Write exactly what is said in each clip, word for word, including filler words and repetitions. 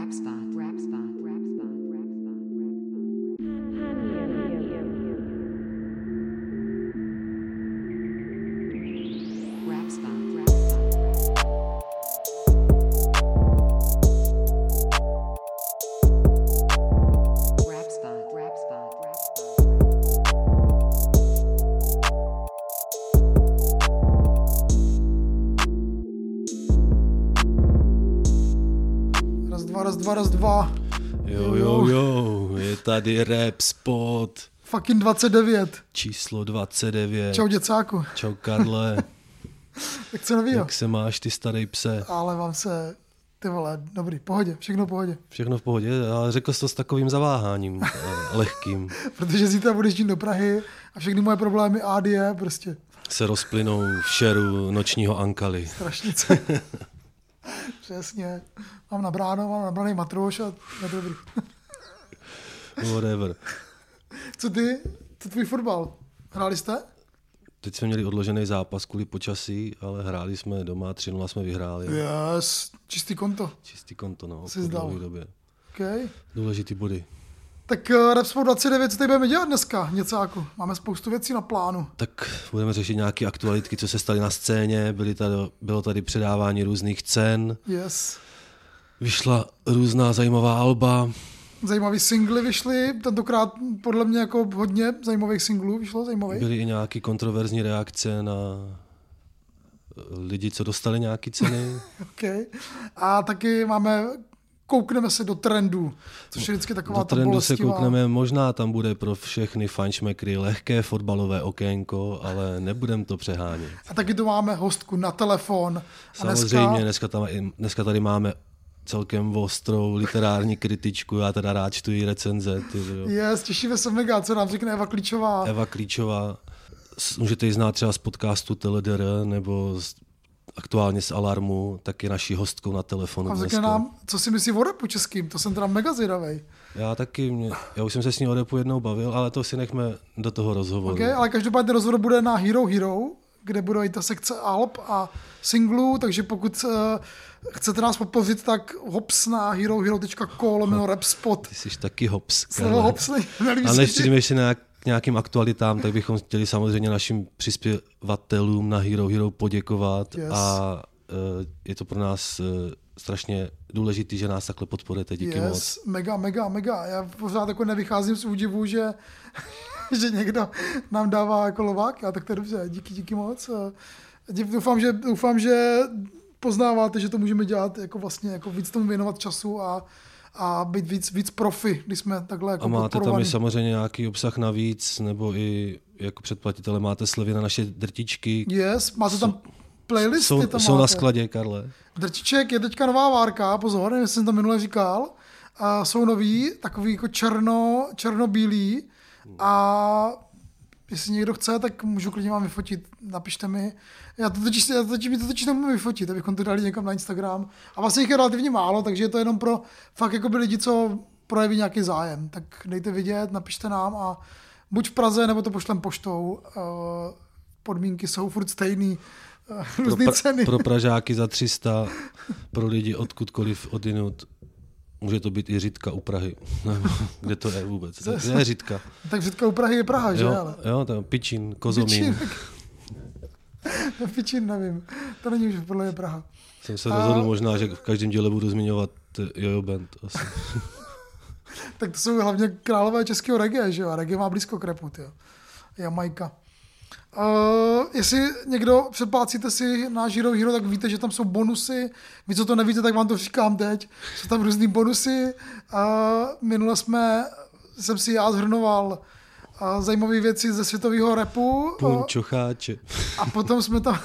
Rap spot, rap spot, rap spot, rap spot, rap spot, rap spot, rap spot, rap spot, rap spot, rap spot. Raz, dva, raz, dva, raz, dva. Jo, jo, jo, je tady Rap Spot. Fucking dvacet devět. Číslo dvacet devět. Čau děcáku. Čau Karle. Jak se novýho? Jak se máš, ty starý pse? Ale vám se, ty vole, dobrý, pohodě, všechno v pohodě. Všechno v pohodě, ale řekl jsi to s takovým zaváháním, lehkým. Protože zítra budeš jít do Prahy a všechny moje problémy á dé é prostě. Se rozplynou v šeru nočního Ankaly. Strašnice. Přesně. Mám nabráno, mám nabraný matroš a je dobrý. Whatever. Co ty? Co tvůj fotbal? Hráli jste? Teď jsme měli odložený zápas kvůli počasí, ale hráli jsme doma, tři nula jsme vyhráli. Yes, čistý konto. Čistý konto, no, Jsi po zdal. dlouhé době. Okay. Důležitý body. Tak uh, Rap Sport dvacet devět, co tady budeme dělat dneska, něcáku? Máme spoustu věcí na plánu. Tak budeme řešit nějaké aktualitky, co se staly na scéně, byly tady, bylo tady předávání různých cen, Yes. vyšla různá zajímavá alba, Zajímavý singly vyšly, tentokrát podle mě jako hodně zajímavých singlů vyšlo, zajímavých. byly i nějaké kontroverzní reakce na lidi, co dostali nějaké ceny. Okay. A taky máme, koukneme se do trendů, což je vždycky taková Do ta trendu se bolestivá. koukneme, možná tam bude pro všechny fajnšmekry lehké fotbalové okénko, ale nebudem to přehánět. A taky tu máme hostku na telefon. A Samozřejmě, dneska, dneska, tam, dneska tady máme celkem ostrou literární kritičku, já teda rád čtu její recenze. Ty, jo. yes, těšíme se mega, co nám řekne Eva Klíčová. Eva Klíčová, s- můžete ji znát třeba z podcastu T L D R nebo z, aktuálně z Alarmu, tak je naší hostkou na telefonu A řekne dneska. nám, co si myslí o rapu českým, to jsem teda mega zvědavej. Já taky, mě, já už jsem se s ní o rapu jednou bavil, ale to si nechme do toho rozhovoru. Okay, ale každopádně rozhovor bude na Hero Hero, kde bude i ta sekce alb a singlů, takže pokud uh, chcete nás podpořit, tak hops na herohero tečka co lomeno rapspot. Ty jsi taky hops. Slovo Karle. hops, nelíbí A se než ti? přijdeme ještě na nějakým aktualitám, tak bychom chtěli samozřejmě našim přispěvatelům na Hero Hero poděkovat. Yes. A uh, je to pro nás uh, strašně důležitý, že nás takhle podporujete. Díky yes, moc. mega, mega, mega. Já pořád jako nevycházím z údivu, že, že někdo nám dává jako lovák, a tak to je dobře, díky, díky moc. A doufám, že, doufám, že poznáváte, že to můžeme dělat, jako vlastně jako víc tomu věnovat času a, a být víc, víc profi, když jsme takhle jako A máte tam podporovaní. i samozřejmě nějaký obsah navíc, nebo i jako předplatitele máte slevy na naše drtičky. Yes, máte tam playlisty, Jsou, tam jsou máte. na skladě, Karle. Drtiček je teďka nová várka, pozor, nevím, jestli jsem to minule říkal. A jsou noví, takový jako černo, černobílý. A jestli někdo chce, tak můžu klidně vám vyfotit. Napište mi. Já to totiž, já to totiž, mi to totiž nemůžu vyfotit, abychom to dali někam na Instagram. A vlastně jich je relativně málo, takže je to jenom pro fakt jako by lidi, co projeví nějaký zájem. Tak dejte vidět, napište nám a buď v Praze, nebo to pošlem poštou. Podmínky jsou furt stejný. Pro, Různý pra, ceny. pro Pražáky za tři sta, pro lidi odkudkoliv odinut. Může to být i Řitka u Prahy. Kde to je vůbec? To je Řitka. Tak Řitka u Prahy je Praha, že? Jo, Ale... jo, tam Pičín, Kozomín. Pičín. Pičín, nevím. To není už podle mě Praha. Jsem se A- rozhodl možná, že v každém díle budu zmiňovat Jojo Band. Asi. Tak to jsou hlavně králové českého reggae, že jo? A reggae má blízko k rapu, jo. Jamajka. Uh, jestli někdo předplácíte si na Hero Hero, tak víte, že tam jsou bonusy. Vy, co to nevíte, tak vám to říkám teď. Jsou tam různý bonusy. Uh, minule jsme, jsem si já zhrnoval uh, zajímavé věci ze světového rapu. Pum, Uh, čocháče. a potom jsme tam...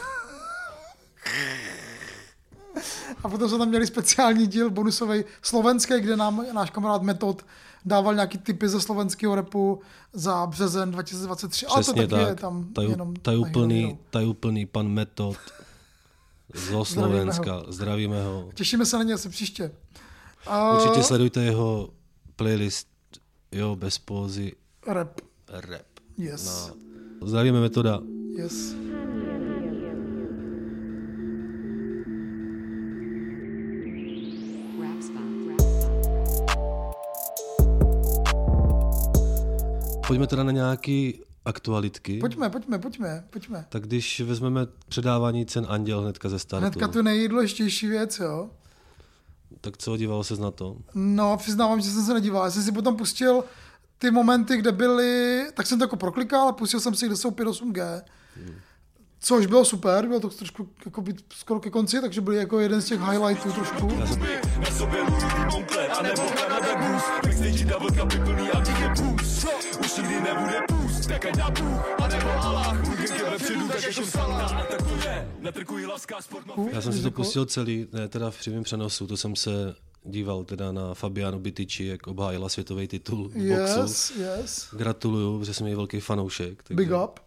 A potom jsme tam měli speciální díl bonusový slovenský, kde nám náš kamarád Metod dával nějaký tipy ze slovenského rapu za březen dva tisíce dvacet tři. Ale to Přesně taky je tak. tam Taj, jenom tajuplný, tajuplný pan Metod z Slovenska. Zdravíme Zdravíme ho. Těšíme se na ně asi příště. A... Určitě sledujte jeho playlist Jo, bez pózy. Rap. Rap. Yes. No. Zdravíme Metoda. Yes. Rap spot, rap spot. pojďme teda na nějaký aktualitky. Pojďme, pojďme, pojďme, pojďme. Tak když vezmeme předávání cen Anděl hnedka ze startu. Hnedka tu nejdůležitější věc, jo. Tak co, díval ses na to? No, přiznávám, že jsem se nedíval. Já jsem si potom pustil ty momenty, kde byly, tak jsem to jako proklikal a pustil jsem si, kde jsou pět osm G. Hmm. Což bylo super, bylo to trošku jako být skoro ke konci, takže byl jako jeden z těch highlightů trošku. Já jsem... Na sobě Louis Moncler, anebo Canada Goose. Backstage double cupy plný a těch je půs. Už nikdy nebude půs, tak ať dá Bůh, anebo Allah. Weekend je vepředu, tak jako sauna. A tak to je, netrkují laská sport. Já jsem si to pustil celý, ne teda v přímém přenosu, to jsem se díval teda na Fabianu Bitici, jak obhájila světový titul v yes, boxu. Yes. Gratuluju, protože jsem její velký fanoušek. Takže... Big up.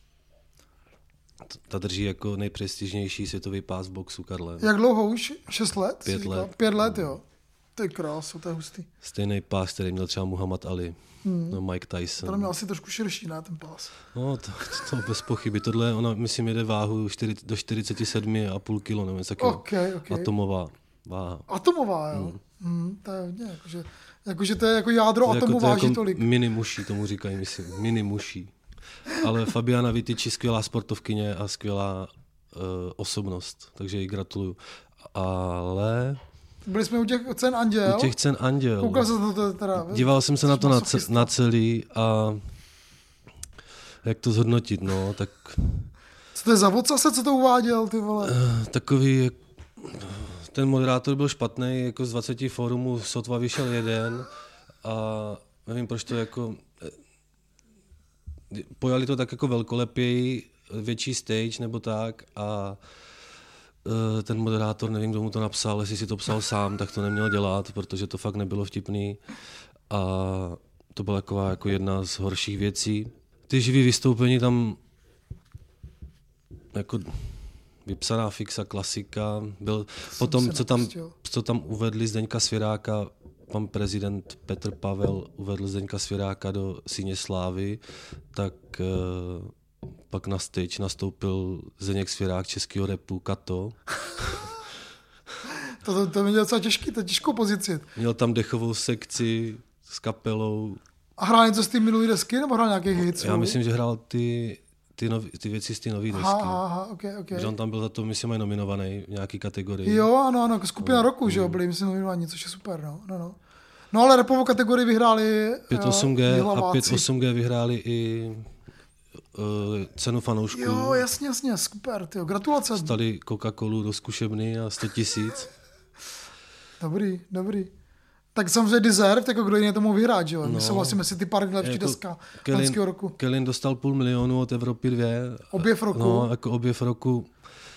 Ta drží jako nejprestižnější světový pás v boxu, Karle. Jak dlouho už? Šest let? Pět let. Pět let, jo. To je krásno, to je hustý. Stejný pás, který měl třeba Muhammad Ali, hmm. no Mike Tyson. Ten měl asi trošku širší, ne, ten pás. No, to, to bez pochyby. Tohle, ona, myslím, jede váhu čtyři, do čtyřicet sedm celá pět kilo, nebo něco takového. Okay, okay. Atomová váha. Atomová, jo. Hmm. Hmm, to je hodně, jakože, jakože to je jako jádro to atomu jako, to váží jako tolik. Mini muší, tomu říkají, myslím. Mini muší. Ale Fabiana Vitici, skvělá sportovkyně a skvělá uh, osobnost, takže jí gratuluju. Ale... Byli jsme u těch cen Anděl. U těch cen Anděl. Koukal jsem na to teda. Díval jsem se na to na, ce, na celý a jak to zhodnotit, no, tak... Co to je za vocase, co to uváděl, ty vole? Uh, takový... Ten moderátor byl špatný, jako z dvaceti fórumů sotva vyšel jeden a nevím, proč to jako... Pojali to tak jako velkolepěji, větší stage nebo tak a uh, ten moderátor, nevím, kdo mu to napsal, jestli si to psal sám, tak to neměl dělat, protože to fakt nebylo vtipný a to byla taková jako jedna z horších věcí. Ty živý vystoupení tam jako vypsaná fixa, klasika, byl potom, co tam, co tam uvedli Zdeňka Svěráka, pan prezident Petr Pavel uvedl Zdeňka Svěráka do Síně slávy, tak eh, pak na stage nastoupil Zdeněk Svěrák českého rapu Kato. to, to, to mě docela těžký, to je těžkou pozici. Měl tam dechovou sekci s kapelou. A hrál něco z té minulý desky, nebo hrál nějakých hits? Já myslím, že hrál ty, ty, nový, ty věci z té nový desky. Aha, aha, okay, okay. Že on tam byl za to, myslím, aj nominovaný v nějaký kategorii. Jo, ano, ano, jako skupina no, roku, že jo, byli, myslím, nominovaní, což je super, no, no, no. No ale rapovou kategorii vyhráli pět osm G a pět osm G vyhráli i uh, cenu fanoušků. Jo, jasně, jasně, super, tyjo, gratulace. Stali Coca-Colu do zkušebny a sto tisíc. Dobrý, dobrý. Tak samozřejmě Deserve, jako kdo jiný to mohl vyhrát, že jo? My jsou vlastně mezi ty pár nejlepší jako deska loňského roku. Kellyn dostal půl milionu od Evropy dvě. Objev roku. No, jako objev roku.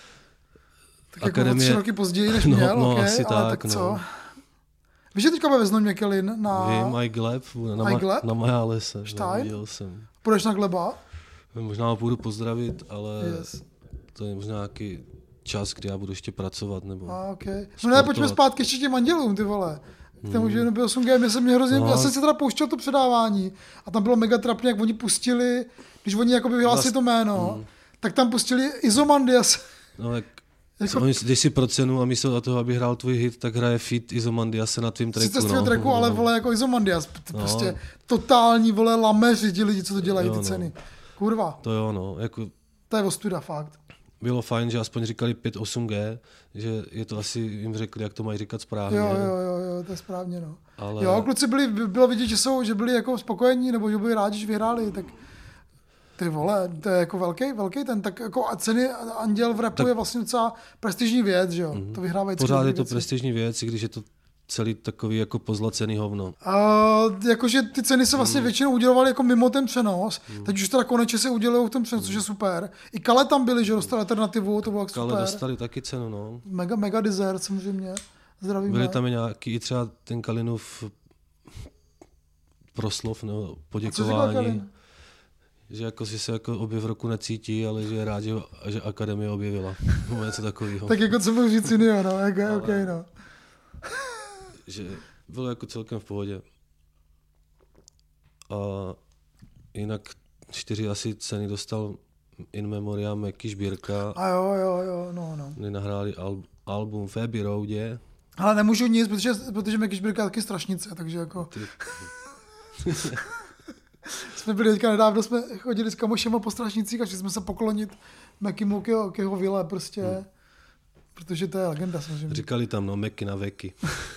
Tak Akademie... jako tři roky později, než no, měl, no, okay, asi ale tak, tak co? No. Víš, že teďka bude veznout mě Kellyn na... Vím, I Gleb, na, ma- na Majálese. Stein? Jsem. Půjdeš na Gleba? Možná ho půjdu pozdravit, ale yes. to je možná nějaký čas, kdy já budu ještě pracovat. Nebo A, okay. No ne, pojďme zpátky ještě těm Andělům, ty vole. K tomu, že byl osm G, mě se mě hrozně, no. Já jsem si teda pouštěl to předávání a tam bylo mega trapně, jak oni pustili, když oni jakoby vyhlásili to jméno, mm. tak tam pustili Izomandias. No tak jako... když si pro cenu a místo toho, aby hrál tvůj hit, tak hraje feat Izomandiase na tvým tracku. Sice z tvýho tracku, no. Ale vole jako Izomandias. No. Prostě totální vole lameři ti lidi, co to dělají, ty ceny. No. Kurva. To jo, no. Jako... To je ostuda, fakt. Bylo fajn, že aspoň říkali pět osm G, že je to asi jim řekli, jak to mají říkat správně. Jo, jo, jo, jo, to je správně, no. Ale... Jo, kluci byli, bylo vidět, že jsou, že byli jako spokojení, nebo že byli rádi, že vyhráli, tak ty vole, to je jako velký, velký ten, tak jako a ceny Anděl v rapu tak... je vlastně docela prestižní věc, že jo, mm-hmm. to vyhrávají. Pořád je to věci. Prestižní věc, když je to celý takový jako pozlacený hovno. Uh, jakože ty ceny se vlastně mm. většinou udělovaly jako mimo ten přenos, mm. teď už teda konečně se udělují v tom přenosu, což je super. I Kale tam byli, že dostali alternativu, to bylo jako super. Kale dostali taky cenu, no. Mega, mega dessert samozřejmě, zdravíme. Byli tam nějaký, i třeba ten Kalinův proslov, nebo poděkování. Že jako si se jako objev roku necítí, ale že je rád, že, že Akademie objevila. Něco takového. Tak jako co můžu říct jiného, no, jako je okej, no. Že bylo jako celkem v pohodě. A jinak čtyři asi ceny dostal in memoriam Meky Šbírka. A jo, jo, jo, no, no. Kdy nahráli al- album v Abbey Roadě. Ale nemůžu nic, protože, protože Meky Šbírka je taky strašnice, takže jako... Ty... jsme byli teďka nedávno, jsme chodili s kamošema po Strašnicích a šli jsme se poklonit Mekimu k jeho, k jeho vile prostě, hmm. protože to je legenda samozřejmě. Říkali tam, no, Meky na veky.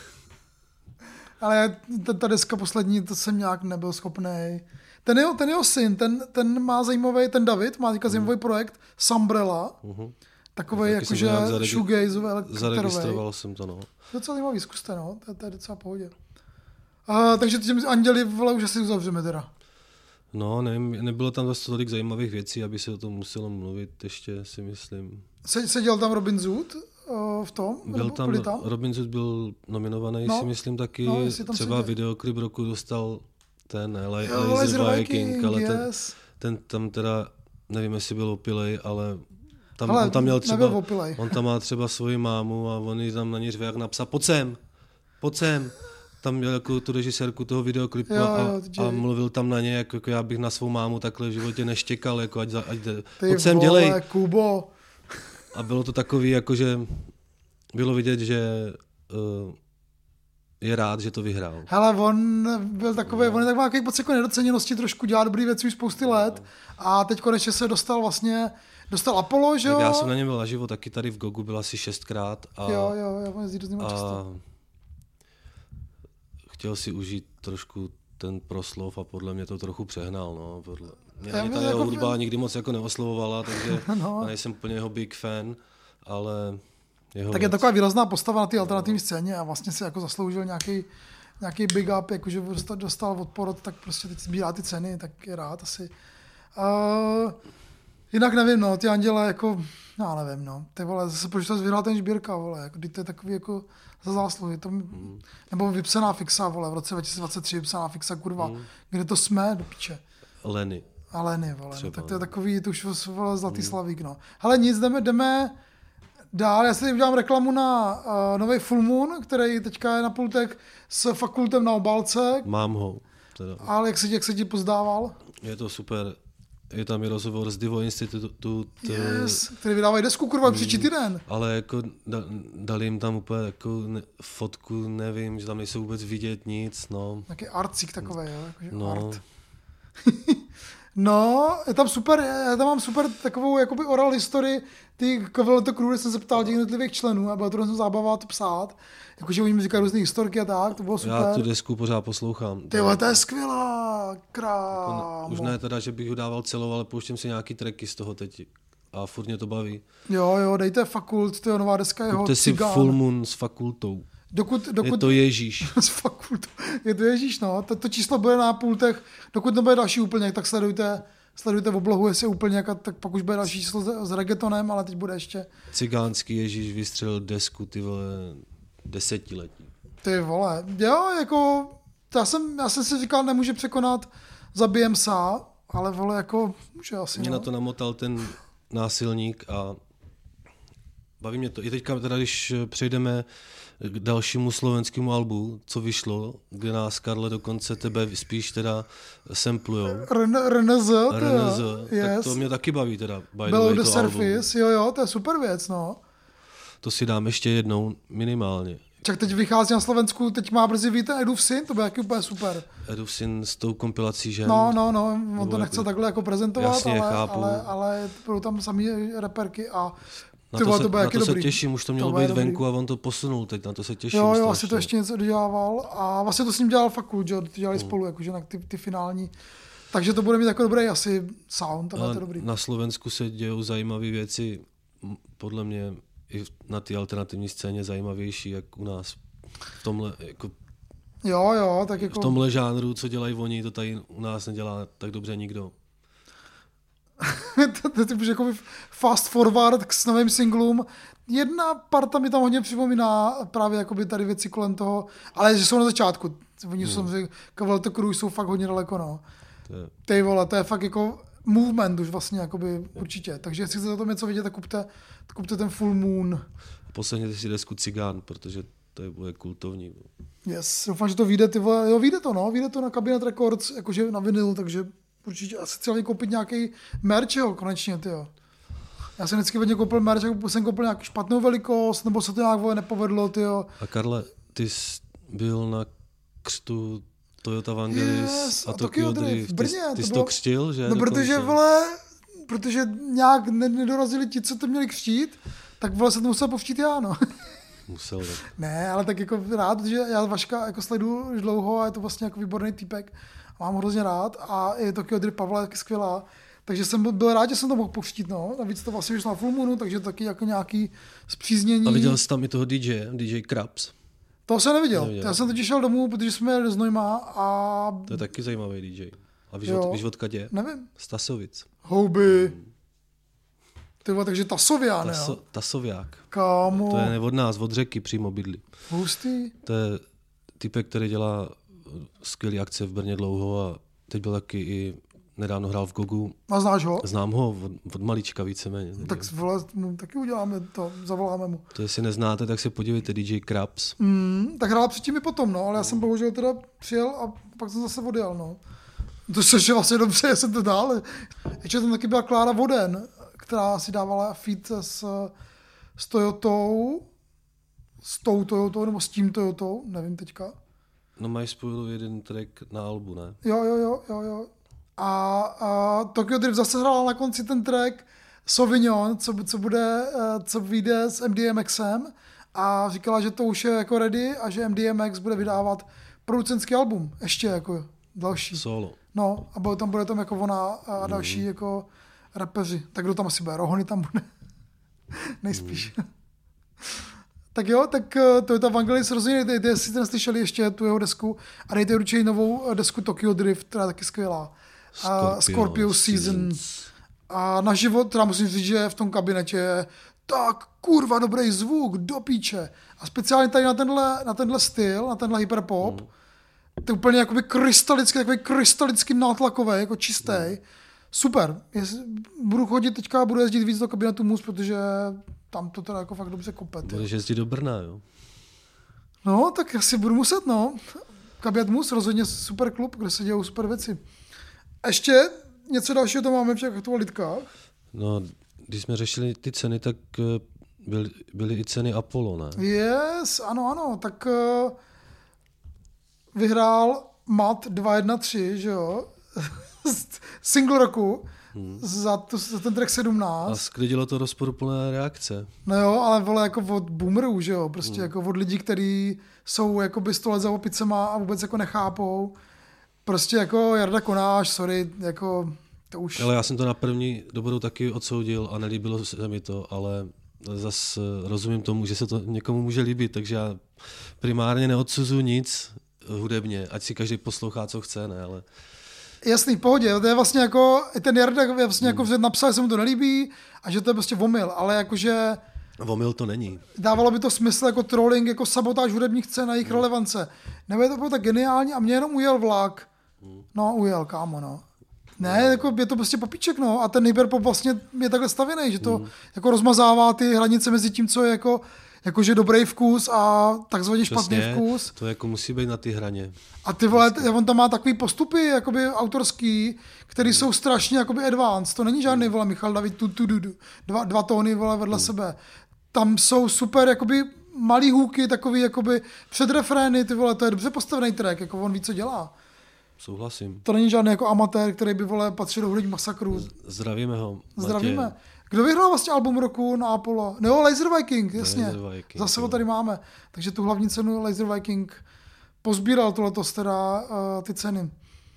Ale ta, ta deska poslední, to jsem nějak nebyl schopný. Ten jeho, ten jeho syn, ten, ten má zajímavý, ten David, má teďka zajímavý projekt Sambrella, uh-huh. takovej jakože shoegazový, zaregistroval jsem to, no. Docela zajímavý, zkuste, no, to, to je docela pohodě. Uh, takže těmi anděli, vole, už asi uzavřeme teda. No, nevím, nebylo tam zase tolik zajímavých věcí, aby se o tom muselo mluvit, ještě si myslím. Se, seděl tam Robin Zoot uh, v tom? Byl tam, tam, Robin Zoot byl nominovaný, no, si myslím taky, no, třeba seděl. Videoklip roku dostal ten ne, jo, Laser Viking, Viking, ale yes. ten, ten tam teda, nevím, jestli byl opilej, ale tam, ale on tam měl třeba, on tam má třeba svoji mámu a on jí tam na ní řve, jak napsal, pojď sem, pojď sem. Tam měl jako tu režisérku toho videoklipu jo, a, jo, a mluvil tam na ně, jako, jako já bych na svou mámu takhle v životě neštěkal, jako ať, ať jde. Pojď sem, dělej. Kubo. A bylo to takový, jakože bylo vidět, že uh, je rád, že to vyhrál. Hele, on byl takový, no. on je takový nějaký pocit jako nedoceněnosti, trošku dělá dobrý věci už spousty no. let a teď konečně se dostal vlastně, dostal Apollo, že jo? Tak já jsem na něm byl naživo, taky tady v Gogu byl asi šestkrát. A, jo, jo, já mám jezdit do něj často. Chtěl si užít trošku ten proslov a podle mě to trochu přehnal. No. Podle... Mě já ani ta jeho jako hudba nikdy moc jako neoslovovala, takže no. nejsem úplně jeho big fan, ale jeho tak věc. Je taková výrazná postava na té alternativní scéně a vlastně si jako zasloužil nějaký, nějaký big up, jakože dostal odpor, tak prostě teď sbírá ty ceny, tak je rád asi. Uh, jinak nevím, no, ty anděle jako, já nevím, no, ty vole, zase proč to vyhrál ten Žbírka, vole, jako, to je takový jako za zásluhy, to, mm. nebo vypsaná fixa, vole, v roce dva tisíce dvacet tři vypsaná fixa, kurva, mm. kde to jsme, do piče. Lenny. A Lenny, vole, no, tak to je takový, to už vole, zlatý mm. slavík, no. Hele, nic, jdeme, jdeme dál, já si tady udělám reklamu na uh, nový Full Moon, který teďka je na pultech s fakultem na obálce. Mám ho. Teda. Ale jak se, jak se ti pozdával? Je to super. Je tam i rozhovor z Divo Institutu. Yes, který vydávají desku, kurva, příští týden. Ale jako da, dali jim tam úplně jako ne, fotku, nevím, že tam nejsou vůbec vidět nic, no. Taky artcík takovej, jo, jakože no. art. No, je tam super, já tam mám super takovou jakoby oral historii, ty Kaveleto Crew, jsem se ptal těch jednotlivých členů a byla to hrozně zábava to psát, jakože oni mi říkají různé historky a tak, to bylo super. Já tu desku pořád poslouchám. Ty vole, to je skvělá, krámo. Už ne teda, že bych ho dával celou, ale pouštím si nějaký tracky z toho teď a furt mě to baví. Jo, jo, dejte Fakult, to je nová deska jeho Kupte si Full Moon s Fakultou. Dokud, dokud, je to Ježíš. S fakultou. Je to Ježíš, no. To, to číslo bude na pultech, dokud nebude další úplněk, tak sledujte, sledujte v oblohu, jestli je úplněk, a tak pak už bude další číslo s, s reggaetonem, ale teď bude ještě. Cigánský Ježíš vystřelil desku, ty vole, desetiletí. Ty vole, jo, jako, já jsem, já jsem si říkal, nemůže překonat Zabijem psa, ale vole, jako, může asi. Mě no. na to namotal ten násilník a baví mě to. I teďka teda, když přejdeme k dalšímu slovenskému albu, co vyšlo, kde nás, Karle, dokonce tebe spíš teda samplujou. R N Z, tak to mě taky baví teda. By Below the way, the to Surface, album. jo, jo, to je super věc, no. To si dám ještě jednou minimálně. Čak teď vychází na Slovensku, teď má brzy víte Edův syn, to bude taky úplně super. Edův syn s tou kompilací žen. No, no, no, on to nechce jako, takhle jako prezentovat, jasně, ale, chápu. ale, ale budou tam samý reperky a na to, se, to, na to se dobrý. těším, už to mělo to být dobrý. Venku a on to posunul teď, na to se těším. Jo, jo, strašně. asi to ještě něco dodělával a vlastně to s ním dělal Fakult, že to dělali hmm. spolu, jakože na ty, ty finální. Takže to bude mít jako dobrý asi sound, ale to dobrý. Na Slovensku se dějou zajímavé věci, podle mě i na té alternativní scéně zajímavější, jak u nás. V tomhle, jako, jo, jo, tak jako... v tomhle žánru, co dělají oni, to tady u nás nedělá tak dobře nikdo. to je jako fast forward s novým singlům. Jedna parta mi tam hodně připomíná právě jakoby tady věci kolem toho, ale že jsou na začátku. Oni hmm. samozřejmě Kaveleto Crew jsou fakt hodně daleko, no. Je... Tej vole, to je fakt jako movement už vlastně, jakoby určitě. Takže jestli chcete o tom něco vidět, tak kupte, tak kupte ten Full Moon. Poslechněte si desku Cigán, protože to je bude kultovní. Yes, doufám, že to vyjde, ty vole, jo, vyjde to, no, vyjde to na Cabinet Records, jakože na vinyl, takže určitě asi chtěl koupit nějaký merch, jo, konečně, tyjo. Já jsem vždycky hodně koupil merch, jako jsem koupil nějakou špatnou velikost, nebo se to nějak vole nepovedlo, tyjo. A Karle, ty jsi byl na křtu Toyota Vangelis Yes, a a Tokyo Tokyo Drift Drift. v Brně, Ty, ty to jsi bylo- to křtil, že? No protože, dokonce? vole, protože nějak ne- nedorazili ti, co to měli křtít, tak vole se to musel povštít já, no. Musel, tak. Ne, ale tak jako rád, že já Vaška jako sleduju už dlouho a je to vlastně jako výborný týpek. Mám ho hrozně rád a i Tokyo Drift Pavla je taky skvělá. Takže jsem byl- byl rád, že jsem to mohl povštít, no. Navíc to vlastně vyšlo na Full Moonu, takže taky jako nějaký zpříznění. A viděl jsi tam i toho D J, D J Krabs. To jsem neviděl. Neviděl. Já jsem totiž šel domů, protože jsme jeli do Znojma a To je taky zajímavý D J. A víš, Jo. od, víš odkud je? nevím. Z Tasovic. Houby. Ty vole, takže Tasovian, Taso, jo. Tasoviák. Kámo, To je od nás, od řeky přímo bydlí. hustý. To je typek, který dělá skvělý akce v Brně dlouho a teď byl taky i nedávno hrál v Gogu. A znáš ho? Znám ho od, od malička víceméně. Tak vole, mu taky uděláme to, zavoláme mu. To jestli neznáte, tak se podívejte, D J Krabs. Mm, tak hrál předtím i potom, no, ale já jsem bohužel teda přijel a pak jsem zase odjel, no. To což je vlastně dobře, já jsem to dál. Ještě tam taky byla Klára Voden, která si dávala feat s, s Toyotou, s tou Toyotou, nebo s tím Toyotou, nevím teďka. No mají spolu jeden track na albu, ne? Jo, jo, jo, jo, jo. A, a Tokyo Drift zase hrála na konci ten track Sauvignon, co, co bude, eh, co vyjde s M D M Xem a říkala, že to už je jako ready a že M D M X bude vydávat producentský album, ještě jako další. Solo. No, a bude tam, bude tam jako ona a další Mhm. jako rapeři. Tak kdo tam asi bude? Rohony tam bude. Nejspíš. Mhm. Tak jo, tak eh, to je ta Vangelis rozhodně, dejte, jestli jste neslyšeli ještě tu jeho desku a dejte určitě novou eh, desku Tokyo Drift, která je taky skvělá. A Scorpio Season. A na život, teda musím říct, že v tom kabinetě je tak kurva dobrý zvuk, do píče. A speciálně tady na tenhle, na tenhle styl, na tenhle hyperpop, mm. to je úplně jakoby krystalický, takový krystalický nátlakový, jako čistý. Mm. Super. Jestli, budu chodit teďka, budu jezdit víc do kabinetu Mus, protože tam to teda jako fakt dobře kope. ty. Budeš jezdit do Brna, jo? No, tak asi budu muset, no. Kabinet Mus, rozhodně super klub, kde se dějou super věci. A ještě něco dalšího to máme v těch aktualitkách. No, když jsme řešili ty ceny, tak eh, byly, byly i ceny Apollo, ne? Yes, ano, ano, tak uh, vyhrál Mat dva jedna tři, že jo, single roku hmm. za, tu, za ten track A sedmnáct. sklidilo to rozporuplné reakce. No jo, ale vole jako od boomerů, že jo, prostě hmm. jako od lidí, kteří jsou jakoby sto let za opicema a vůbec jako nechápou. Prostě jako Jarda Konáš, sorry, jako to už... Ale já jsem to na první dobrou taky odsoudil a nelíbilo se mi to, ale zas rozumím tomu, že se to někomu může líbit, takže já primárně neodsuzuji nic hudebně, ať si každý poslouchá, co chce, ne, ale... Jasný, pohodě, to je vlastně jako, ten Jarda je vlastně jako, že napsal, že se mu to nelíbí a že to je prostě omyl, ale jakože Omyl to není. dávalo by to smysl jako trolling, jako sabotáž hudebních cen a jejich hmm. relevance. Nebo je to bylo tak geniální a mě jenom ujel vlak. No, ujel, kámo, no. Ne, jako je to prostě popíček, no. A ten hyperpop vlastně je takhle stavěný, že to hmm. jako rozmazává ty hranice mezi tím, co je jako jakože dobrý vkus a takzvaně špatný Přesně, vkus. to jako musí být na ty hraně. A ty vole, on tam má takový postupy, jakoby autorský, který jsou strašně jakoby advanced. To není žádný, vole, Michal David, tu, tu, tu, tu. Dva, dva tóny, vole, vedle hmm. sebe. Tam jsou super, jakoby malý hůky, takový, jakoby předrefrény, ty vole, to je dobře postavený track, jako on ví, co dělá. Souhlasím. To není žádný jako amatér, který by, vole, patřil do hudebních masakrů. Zdravíme ho. Matěj. Zdravíme. Kdo vyhrál vlastně album roku na Apollo? No, Laser Viking, jasně. Laser Viking, Zase jo. ho tady máme. Takže tu hlavní cenu Laser Viking pozbíral tohletos teda uh, ty ceny.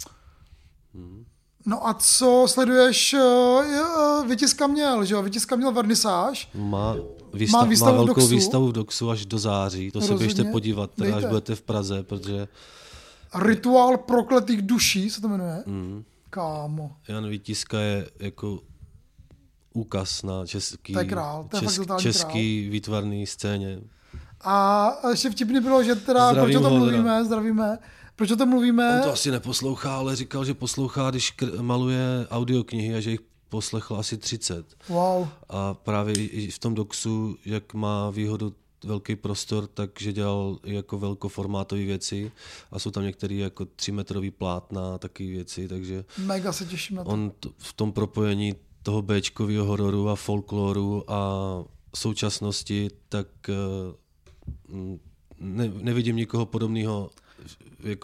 Hmm. No a co sleduješ? Uh, Vytiska měl, že jo? Vytiska měl vernisáž. Má, výstav, Má výstavu má v velkou Doxu. výstavu v Doxu až do září. To se Rozhodně. běžte podívat, teda až Dejte. budete v Praze, protože Rituál prokletých duší se to jmenuje. mm, Kámo. Jan Vytiska je jako úkaz na český, To je král, to je fakt česk, totální český výtvarný scéně. A ještě vtipný bylo, že teda, Zdravím proč o tom ho, teda. mluvíme, zdravíme, proč o tom mluvíme, On to asi neposlouchá, ale říkal, že poslouchá, když kr- maluje audioknihy a že jich poslechl asi třicet. wow, A právě i v tom Doxu, jak má výhodu velký prostor, takže dělal jako velkoformátové věci a jsou tam některé jako třímetrový plátna a taky věci, takže mega se těším na to. on t- v tom propojení toho béčkového hororu a folkloru a současnosti, tak uh, ne, nevidím nikoho podobného jako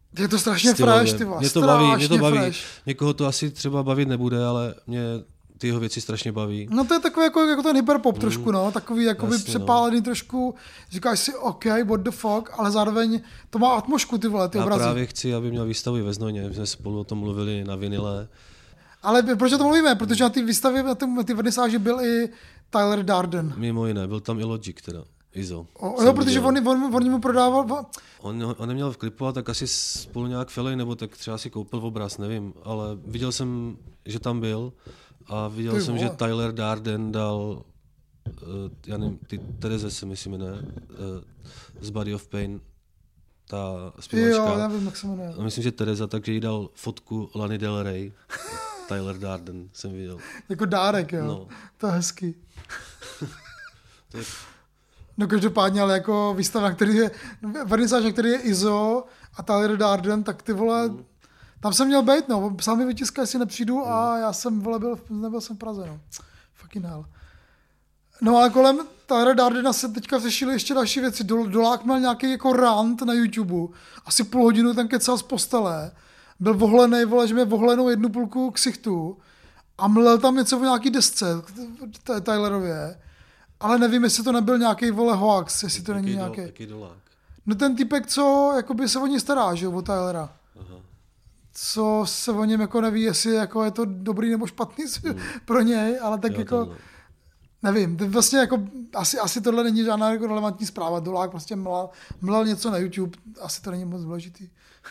Je to strašně stylově. fresh, ty vole, Mě to baví, mě to strašně baví. fresh. Někoho to asi třeba bavit nebude, ale mě ty jeho věci strašně baví. No to je takový jako, jako ten hyperpop mm. trošku, no, takový jakoby Jasně, přepálený no. trošku, říkáš si OK, what the fuck, ale zároveň to má atmosféru, ty vole, ty Já obrazy. právě chci, aby měl výstavu ve Znojmě, my jsme spolu o tom mluvili na vinile. Ale proč o tom mluvíme? Protože na té výstavě, na té, ty vernisáži byl i Tyler Darden. Mimo jiné, byl tam i Logic teda, Izo. O, jo, protože on, on, on mu prodával... On, on neměl klipovat, tak asi spolu nějak filej, nebo tak třeba si koupil obraz, nevím, ale viděl jsem, že tam byl a viděl Ty jsem, vole. že Tyler Darden dal, uh, já nevím, ty Tereze se myslím, ne, uh, z Body of Pain, ta zpěvačka. Jo, nevím, jak se jmenuje. A myslím, že Tereza, takže jí dal fotku Lany Del Rey. Tyler Darden jsem viděl. Jako dárek, jo. No. To je hezký. To je, No každopádně, ale jako výstava, na který je, vernisáž, na který je Izo a Tyler Darden, tak ty vole, mm. tam jsem měl být, no, psal mi vytiska, jestli nepřijdu mm. a já jsem, vole, byl, nebyl jsem v Praze, no. Fucking hell. No ale kolem Tyler Dardena se teďka řešily ještě další věci. Dolák měl nějaký jako rant na YouTube, asi půl hodinu ten kecal z postele, byl vohlenej, vole, že měl vohlenou jednu půlku ksichtu a mlel tam něco o nějaký desce Tylerově. Ale nevím, jestli to nebyl nějaký vole hoax, jestli to není nějaký. Jaký dolák? No ten typek, co jakoby se o něj stará, že jo, o Tylera. Aha. Co se o něm jako neví, jestli jako je to dobrý nebo špatný hmm. pro něj, ale tak Jo, jako, to nevím, to vlastně jako, asi, asi tohle není žádná jako relevantní zpráva, Dolák prostě mlel, mlel něco na YouTube, asi to není moc důležitý.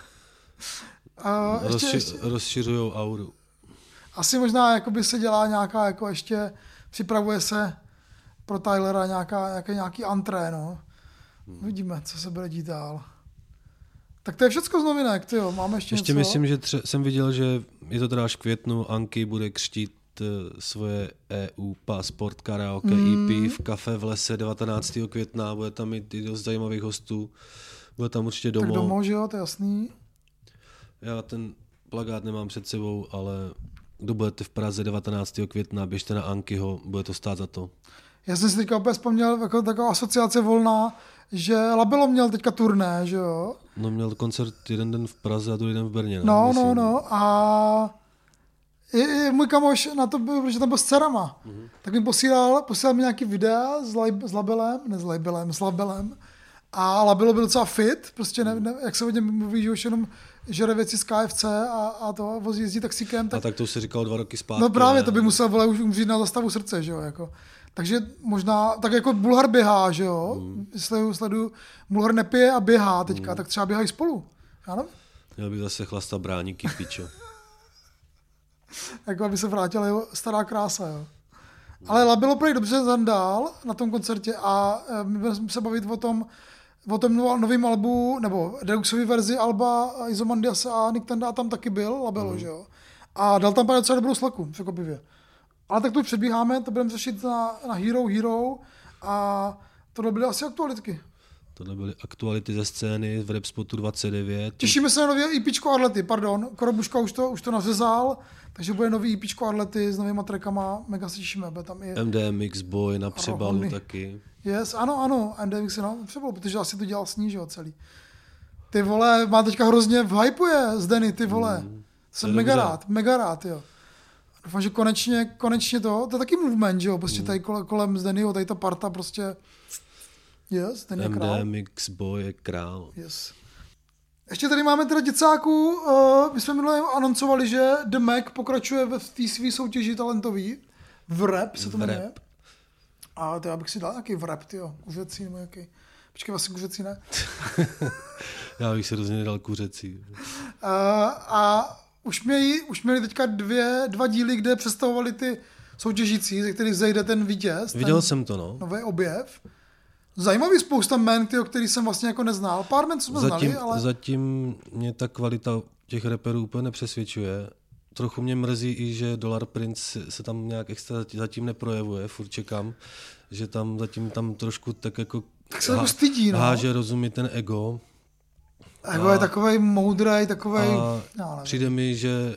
A ještě, Rozši- ještě, rozšiřujou auru. asi možná jakoby se dělá nějaká, jako ještě připravuje se pro Tylera nějaká, nějaký, nějaký antré, no. Hmm. Vidíme, co se bude dít dál. Tak to je všecko z novinek, tyjo. Máme ještě, Ještě něco? myslím, že tře- jsem viděl, že je to teda až v květnu, Anky bude křtít uh, svoje E U Passport karaoke Mm. E P v kafe v lese devatenáctého května, bude tam i dost zajímavých hostů, bude tam určitě Tak domů. domů, že jo, to je jasný. Já ten plakát nemám před sebou, ale kdo budete v Praze devatenáctého května, běžte na Ankyho, bude to stát za to. Já jsem si teďka opět vzpomněl, jako taková asociace volná, že Labelo měl teďka turné, že jo? No měl koncert jeden den v Praze a druhý den v Brně. Ne? No, Myslím. no, no. A i, i můj kamoš na to byl, protože tam byl s dcerama. Mm-hmm. Tak mi posílal, posílal mi nějaký videa s, laj, s Labelem, ne s Labelem, s Labelem. A Labelo byl docela fit, prostě ne, ne, jak se o něm mluví, že už jenom žere věci z K F C a, a to vozí jezdí taxíkem. Tak, A tak to už se říkalo dva roky zpátky. no právě, ne? to by musel vole, už umřít na zastavu srdce, že jo, jako. Takže možná, tak jako Bulhar běhá, že jo, mm. sleduju, sleduju, Bulhar nepije a běhá teďka, mm. tak třeba běhají spolu, já nevím. Měl bych zase chlastat bráníky, pičo. Jako aby se vrátila jeho stará krása, jo. Ale Labelo prej dobře zandál na tom koncertě a e, my budeme se bavit o tom, o tom novém albu, nebo deluxové verzi alba Izomandiase a Nick Tenda tam taky byl, Labelo, mm. že jo. A dal tam právě docela dobrou slaku, překvapivě. Ale tak tu předbíháme, to budeme řešit na, na Hero Hero a tohle byly asi aktualitky. Tohle byly aktuality ze scény v Rapspotu dvacet devět. Těšíme se na nový EPčko Arlety, pardon, Korobuška už to, už to nařezal, takže bude nový EPčko Arlety s novýma trackama, mega se těšíme, bude tam i... M D M X Boy na přebalu Rohony. taky. Yes, ano, ano, M D M X je na přebalu, protože asi to dělal s ní, že jo, celý. Ty vole, má teďka hrozně hypuje z Denny, ty vole. Mm, Jsem mega dobře. rád, mega rád, jo. Doufám, že konečně, konečně to, to je taky movement, že jo, prostě tady kolem, kolem Zdenyho, tady ta parta prostě, yes, ten je král. M D M X Boy je král. Yes. Ještě tady máme teda děcáků, uh, my jsme minule anoncovali, že The Mac pokračuje v té své soutěži talentový, v rap se to V jmenuje. rap. A to já bych si dal nějaký v rap, tyjo, kuřecí nebo jaký. Počkej, vlastně kuřecí ne. Já bych si rozhodně dal kuřecí. Uh, a už měli, už měli teďka dvě, dva díly, kde představovali ty soutěžící, ze kterých zejde ten vítěz. Viděl ten jsem to, no. nový objev. Zajímavý spousta men, tyjo, který jsem vlastně jako neznal. Pár men, co jsme Zatím, znali, ale... zatím mě ta kvalita těch reperů úplně nepřesvědčuje. Trochu mě mrzí i, že Dollar Prince se tam nějak extra zatím neprojevuje, furt čekám, že tam zatím tam trošku tak jako... Tak se jako stydí, no. Háže, rozumí ten ego. Ego A- je takovej moudrej, takovej... A já nevím. přijde mi, že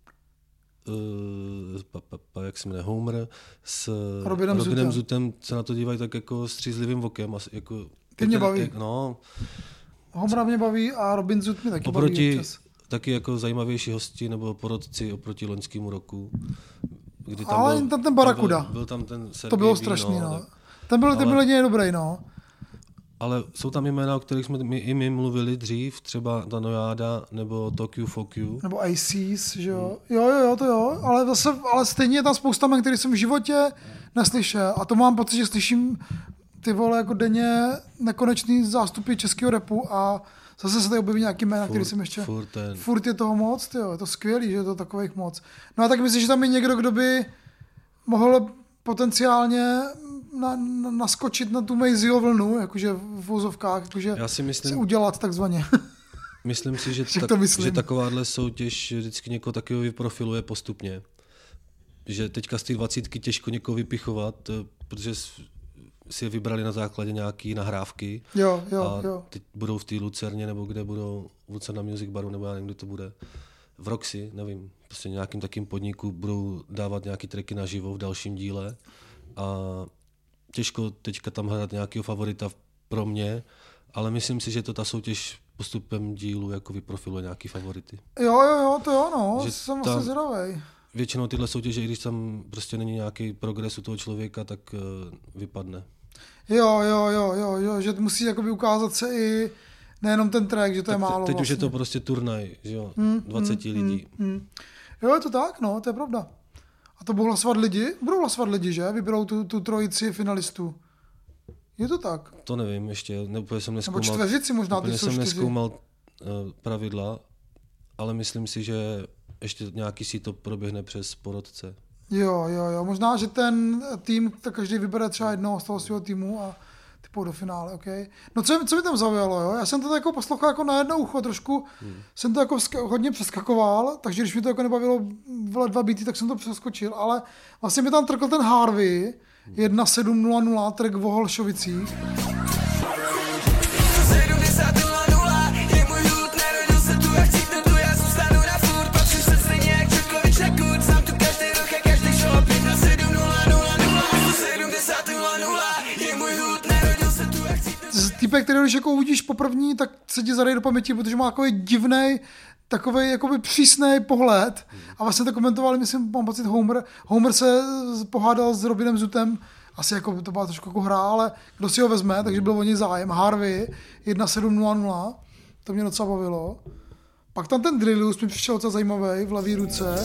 uh, pa, pa, pa, jak se jmenuje, Homer s Robinem Robinem Zutem. Zutem se na to dívají tak jako střízlivým okem. Asi jako, Ty mě ten- baví. No, Homera mě baví a Robin Zoot mě taky oproti, baví občas. Taky jako zajímavější hosti nebo porodci oproti loňskému roku. Kdy tam Ale byl, tam ten Barakuda. Byl, byl tam ten Sergej To bylo Bíno, strašný, no. Tak, Ten byl, ten byl jedině dobrý, no. ale jsou tam jména, o kterých jsme my, i my mluvili dřív, třeba ta Nojáda nebo Tokyo Fuck You. Nebo A Cs, že jo. Jo, jo, jo, to jo, ale zase, ale stejně je tam spousta men, který jsem v životě neslyšel. A to mám pocit, že slyším ty vole jako denně nekonečný zástupy českého rapu a zase se tady objeví nějaký jména, který jsem ještě... Furt, ten. Furt je toho moc, tyjo, je to skvělý, že je to takových moc. No a tak myslím, že tam je někdo, kdo by mohl potenciálně na, na, naskočit na tu Maisieho vlnu, jakože v úzovkách, jakože Já si myslím, se udělat takzvaně. myslím si, že, Však tak, to myslím. že takováhle soutěž vždycky někoho takového vyprofiluje postupně. Že teďka z té dvacítky těžko někoho vypichovat, protože si je vybrali na základě nějaký nahrávky. Jo, jo, a jo. teď budou v té Lucerně, nebo kde budou, v Lucerna Music Baru, nebo já nevím, kde to bude. V Roxy, nevím, prostě nějakým takým podniku budou dávat nějaký tracky naživo v dalším díle a těžko teďka tam hledat nějakého favorita pro mě, ale myslím si, že to ta soutěž postupem dílu jako vyprofiluje nějaký favority. Jo, jo, jo, to jo, no, Že jsem tam- asi zvědavej. Většinou tyhle soutěže, i když tam prostě není nějaký progres u toho člověka, tak uh, vypadne. Jo, jo, jo, jo, jo, že musí jakoby ukázat se i nejenom ten track, že to je Tak málo teď vlastně. už je to prostě turnaj, že jo, Hmm, dvacet hmm, lidí. hmm, hmm. Jo, je to tak, no, to je pravda. A to budou hlasovat lidi? Budou hlasovat lidi, že? Vyberou tu, tu trojici finalistů. Je to tak? To nevím ještě, ne, úplně jsem Nebo neskoumal, čtveřici možná, úplně ty jsou jsem čtyři. neskoumal uh, pravidla, ale myslím si, že ještě nějaký si to proběhne přes porodce. Jo, jo, jo. Možná, že ten tým, tak každý vybere třeba jednoho z toho svého týmu a ty půjdou do finále, ok. No co, co mi tam zaujalo, jo? Já jsem to jako poslouchal jako na jedno ucho trošku, hmm. jsem to jako vska- hodně přeskakoval, takže když mi to jako nebavilo vole dva beaty, tak jsem to přeskočil, ale vlastně mi tam trkl ten Harvey, jedna sedm nula nula, track v Holšovicích. sedmdesát nula nula, je můj hud, narodil se tu a chcípnu tu, já zůstanu na furt, patřím se stejně jak Četkovič na kut, znám tu každý roh a každý šlop, jedna sedm nula nula nula, sedmdesát nula nula, je můj hud, narodil se tu a chcípnu tu. Týpek, který když jako uvidíš poprvní, tak se ti zadeje do paměti, protože má takový divnej, takový jakoby přísnej pohled. A vlastně to komentovali, myslím, mám pocit Homer. Homer se pohádal s Robinem Zootem, asi jako to byla trošku jako hra, ale kdo si ho vezme, takže byl o něj zájem. Harvey, jedna sedm nula nula, to mě docela bavilo. Pak tam ten Drillus mi přišel docela zajímavý v levý ruce.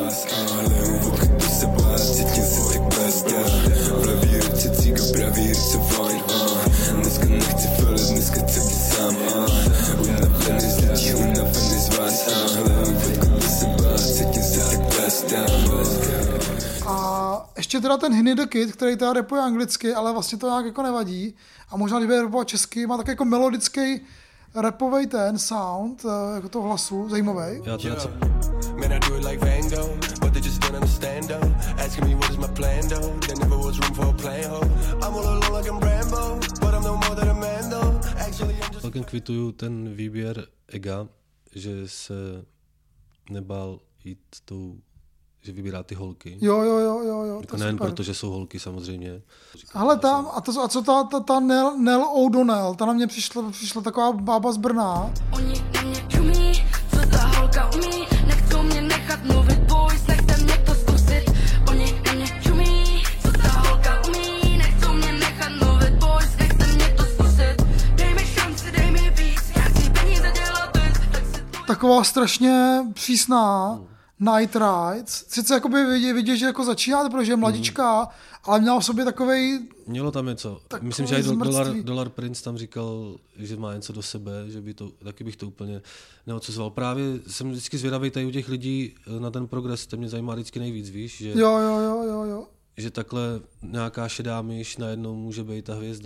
A ještě teda ten Hinny the Kid, který teda rapuje anglicky, ale vlastně to nějak jako nevadí. A možná, když bude rapovat česky, má tak jako melodický rapovej ten sound, eh, jako toho hlasu, zajímavý. Já to něco... Man, I do it like Van Gogh, but they just don't understand though. Asking me what is my plan though. There never was room for a plan, ho. I'm all alone like I'm Rambo, but I'm no more than a man though. Actually, I'm just... Celkem kvituju ten výběr Ega, že se nebál jít tou, že vybírá ty holky. Jo, jo, jo, jo, jo, to Jako je nejen super. proto, že jsou holky samozřejmě. Hele, tam, a, to, a co ta, ta, ta Nell, Nell O'Donnell, ta na mě přišla, přišla taková bába z Brna. Oni na mě čumí, co ta holka umí, nechcou mě nechat mluvit, boys, nechte mě to zkusit. Oni na mě čumí, co ta holka umí, nechcou mě nechat mluvit, boys, nechte mě to zkusit. Dej mi šanci, dej mi víc, já chci peníze dělat teď, tak si to... Taková strašně přísná, Night Rides. Sice jakoby vidí, vidí, že jako začíná, protože je mladička, ale měla v sobě takovej, Mělo tam něco. Takový Myslím, že i do- Dolar, zmrtvý. Dolar Prince tam říkal, že má něco do sebe, že by to, taky bych to úplně neodsuzoval. Právě jsem vždycky zvědavý tady u těch lidí na ten progres, to mě zajímá vždycky nejvíc, víš, že, jo, jo, jo, jo, jo. že takhle nějaká šedá myš najednou může být ta hvězda.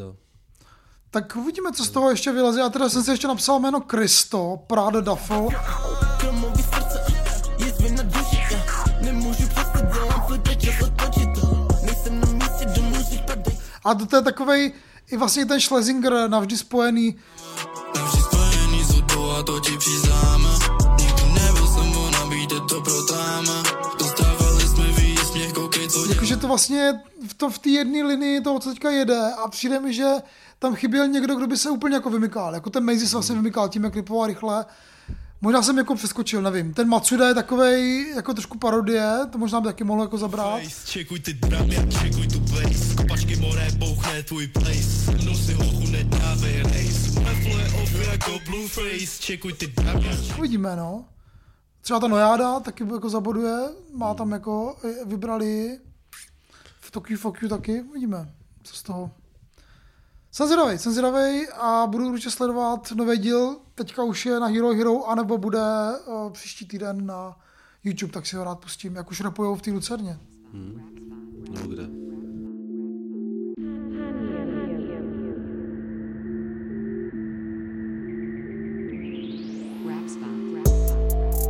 Tak uvidíme, co z toho ještě vyleze. Já teda jsem si ještě napsal jméno Kristo, Prada Duffel. Kromový srdce, jizvy na duši, nemůžu přestat, dělám furt čas otočit, nejsem na místě, domůžu padej. A to je takovej, i vlastně ten Schlesinger navždy spojený. Navždy spojený s hudbou a to ti přizáme. Nikdy nebyl jsem mu nabídet to protáme. Dostávali jsme výsměch, koukej, co dělám. Jakože to vlastně v, to, v té jedné linii toho, co teďka jede a přijde mi, že tam chyběl někdo, kdo by se úplně jako vymykal. Jako ten Maisie se vlastně vymykal tím, jak klipoval rychle. Možná jsem jako přeskočil, nevím. Ten Matsuda je takovej jako trošku parodie, to možná by taky mohlo jako zabrat. Čekuj ty dramy a čekuj tu place. Kopačky more bouchne tvůj place. No si hochu nedávej race. Moje flow je off jako Blueface. Čekuj ty dramy. Uvidíme, no. Třeba ta Nojáda taky jako zaboduje, má tam jako, vybrali v Tokyo Fokyu taky, uvidíme, co z toho. Jsem zvědavej, jsem zvědavej a budu určitě sledovat nový díl, teďka už je na Hero Hero, anebo bude uh, příští týden na YouTube, tak si ho rád pustím, jak už rapujou v té Lucerně. Hmm. No kde? Rap spot. Rap spot.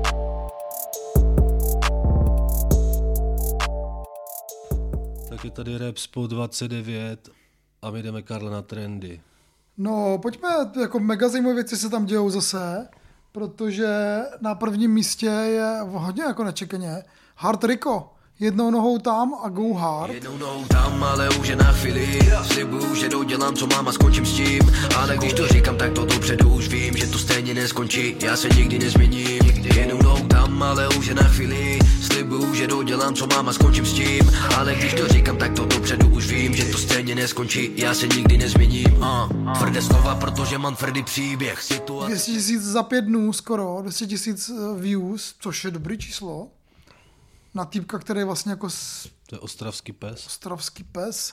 Tak je tady Rap Spot dvacet devět a my jdeme, Karle, na trendy. No, pojďme, jako mega zajímavé věci se tam dějou zase, protože na prvním místě je hodně jako nečekaně Hard Rico. Jednou nohou tam a go hard. Jednou nohou tam, ale už je na chvíli. Slibuju, že dodělám, co mám a skončím s tím. Ale když to říkám, tak to dopředu už vím, že to stejně neskončí. Já se nikdy nezměním. Jednou nohou tam, ale už je na chvíli. Slibuju, že dodělám, co mám a skončím s tím. Ale když to říkám, tak to dopředu už vím, že to stejně neskončí. Já se nikdy nezměním. Uh, tvrdé slova, protože mám tvrdý příběh. Situace... dvě stě tisíc za pět dnů skoro, dvě stě tisíc views, což je dobrý číslo. Na týpka, který je vlastně jako To je ostravský pes. ostravský pes.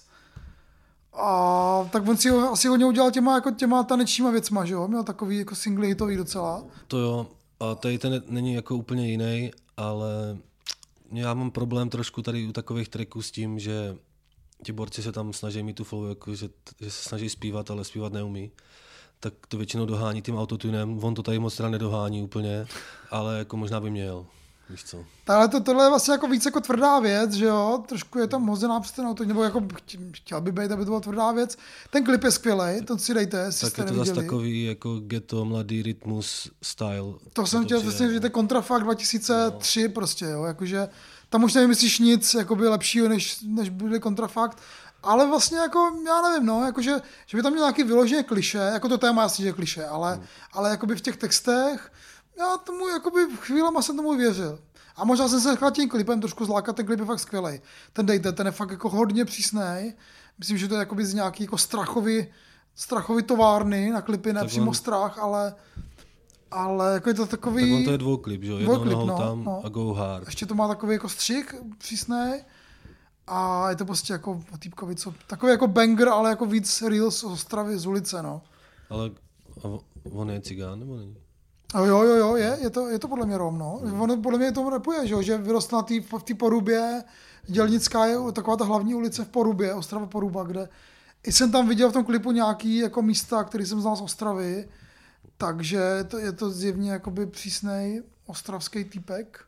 A tak on si ho, asi hodně udělal těma, jako těma tanečníma věcma, že jo? Měl takový jako single hitový docela. To jo, a tady ten není jako úplně jiný, ale já mám problém trošku tady u takových tracků s tím, že ti borci se tam snaží mít tu flow, jako že, že se snaží zpívat, ale zpívat neumí. Tak to většinou dohání tím autotunem. On to tady moc teda nedohání úplně, ale jako možná by měl. Víš co? Ale to, tohle je vlastně jako víc jako tvrdá věc, že jo, trošku je tam hozená přes ten auto, nebo jako chtěl by být, aby to byla tvrdá věc. Ten klip je skvělej, to si dejte, jestli tak jste je to neviděli. zase takový jako ghetto, mladý rytmus style. To jsem chtěl vlastně, že to je Kontrafakt dva tisíce tři no. prostě, jo, jakože tam už nevymyslíš nic jakoby lepšího, než, než byly Kontrafakt, ale vlastně jako, já nevím, no, jakože, že by tam měl nějaký vyloženě kliše, jako to téma jasně, že je kliše, ale, hmm. ale jakoby v těch textech, já tomu jakoby chvílema jsem tomu věřil. A možná jsem se nechal tím klipem trošku zlákat, ten klip je fakt skvělej. Ten dejte, ten je fakt jako hodně přísnej. Myslím, že to je jakoby z nějaký jako strachový, strachový továrny na klipy, ne přímo on... strach, ale, ale jako je to takový... Tak on to je dvouklip, že jo? Jednou nohou no, tam no. a go hard. Ještě to má takový jako střih přísnej a je to prostě jako týpkovi, co... Takový jako banger, ale jako víc real z Ostravy, z ulice, no. Ale on je cigán, nebo není? Jo, jo, jo, je, je to, je to podle mě Rom, no. On podle mě tomu rapuje, že, že vyrostl na tý, v té Porubě, Dělnická je taková ta hlavní ulice v Porubě, Ostrava Poruba, kde i jsem tam viděl v tom klipu nějaký jako místa, který jsem znal z Ostravy, takže to, je to zjevně jakoby přísnej ostravský týpek.